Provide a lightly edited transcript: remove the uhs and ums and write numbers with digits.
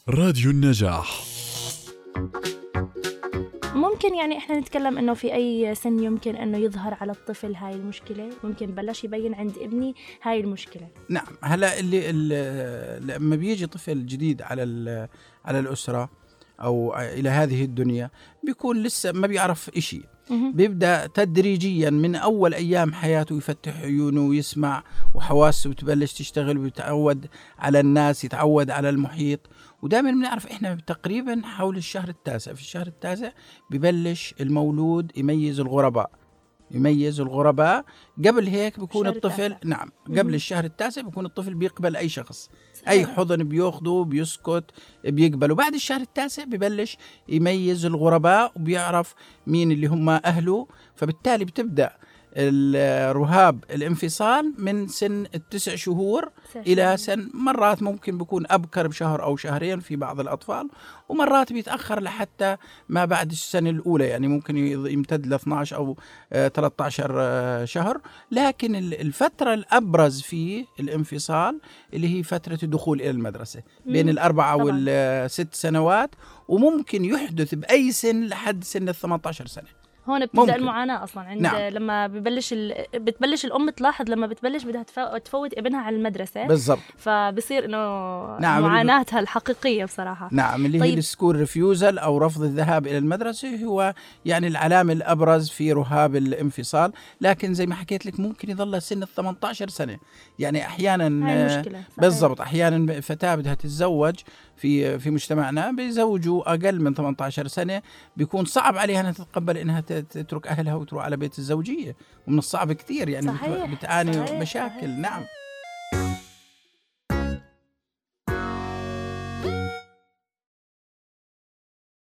راديو النجاح. ممكن يعني إحنا نتكلم إنه في أي سن يمكن إنه يظهر على الطفل هاي المشكلة، ممكن بلش يبين عند ابني هاي المشكلة. نعم، هلا لما بيجي طفل جديد على الأسرة أو إلى هذه الدنيا بيكون لسه ما بيعرف إشي. بيبدأ تدريجيا من أول أيام حياته يفتح عيونه ويسمع وحواسه بتبلش تشتغل ويتعود على الناس، يتعود على المحيط. ودائما بنعرف إحنا تقريبا حول الشهر التاسع، في الشهر التاسع ببلش المولود يميز الغرباء. قبل هيك بيكون الطفل نعم قبل الشهر التاسع بيكون الطفل بيقبل أي شخص، أي حضن بيأخذه بيسكت بيقبله. بعد الشهر التاسع ببلش يميز الغرباء وبيعرف مين اللي هم أهله، فبالتالي بتبدأ الرهاب الانفصال من سن 9 شهور إلى سن، مرات ممكن بيكون أبكر بشهر أو شهرين في بعض الأطفال، ومرات بيتأخر لحتى ما بعد السنة الأولى، يعني ممكن يمتد ل 12 أو 13 شهر. لكن الفترة الأبرز في الانفصال اللي هي فترة الدخول إلى المدرسة بين 4 و6 سنوات، وممكن يحدث بأي سن لحد سن 18 سنة. هون بتبدأ المعاناة أصلاً عند لما بتبلش الأم تلاحظ لما بتبلش بدها تفوت ابنها على المدرسة بالضبط، فبصير إنه معاناتها الحقيقية بصراحة. نعم، اللي هي السكول ريفيوزل أو رفض الذهاب إلى المدرسة هو يعني العلامة الأبرز في رهاب الانفصال. لكن زي ما حكيت لك ممكن يظل سن 18 سنة، يعني أحياناً بالضبط أحياناً فتاة بدها تتزوج في مجتمعنا بيزوجوا أقل من 18 سنة، بيكون صعب عليها أنها تتقبل أنها تترك أهلها وتروح على بيت الزوجية، ومن الصعب كتير يعني بتعاني مشاكل. نعم.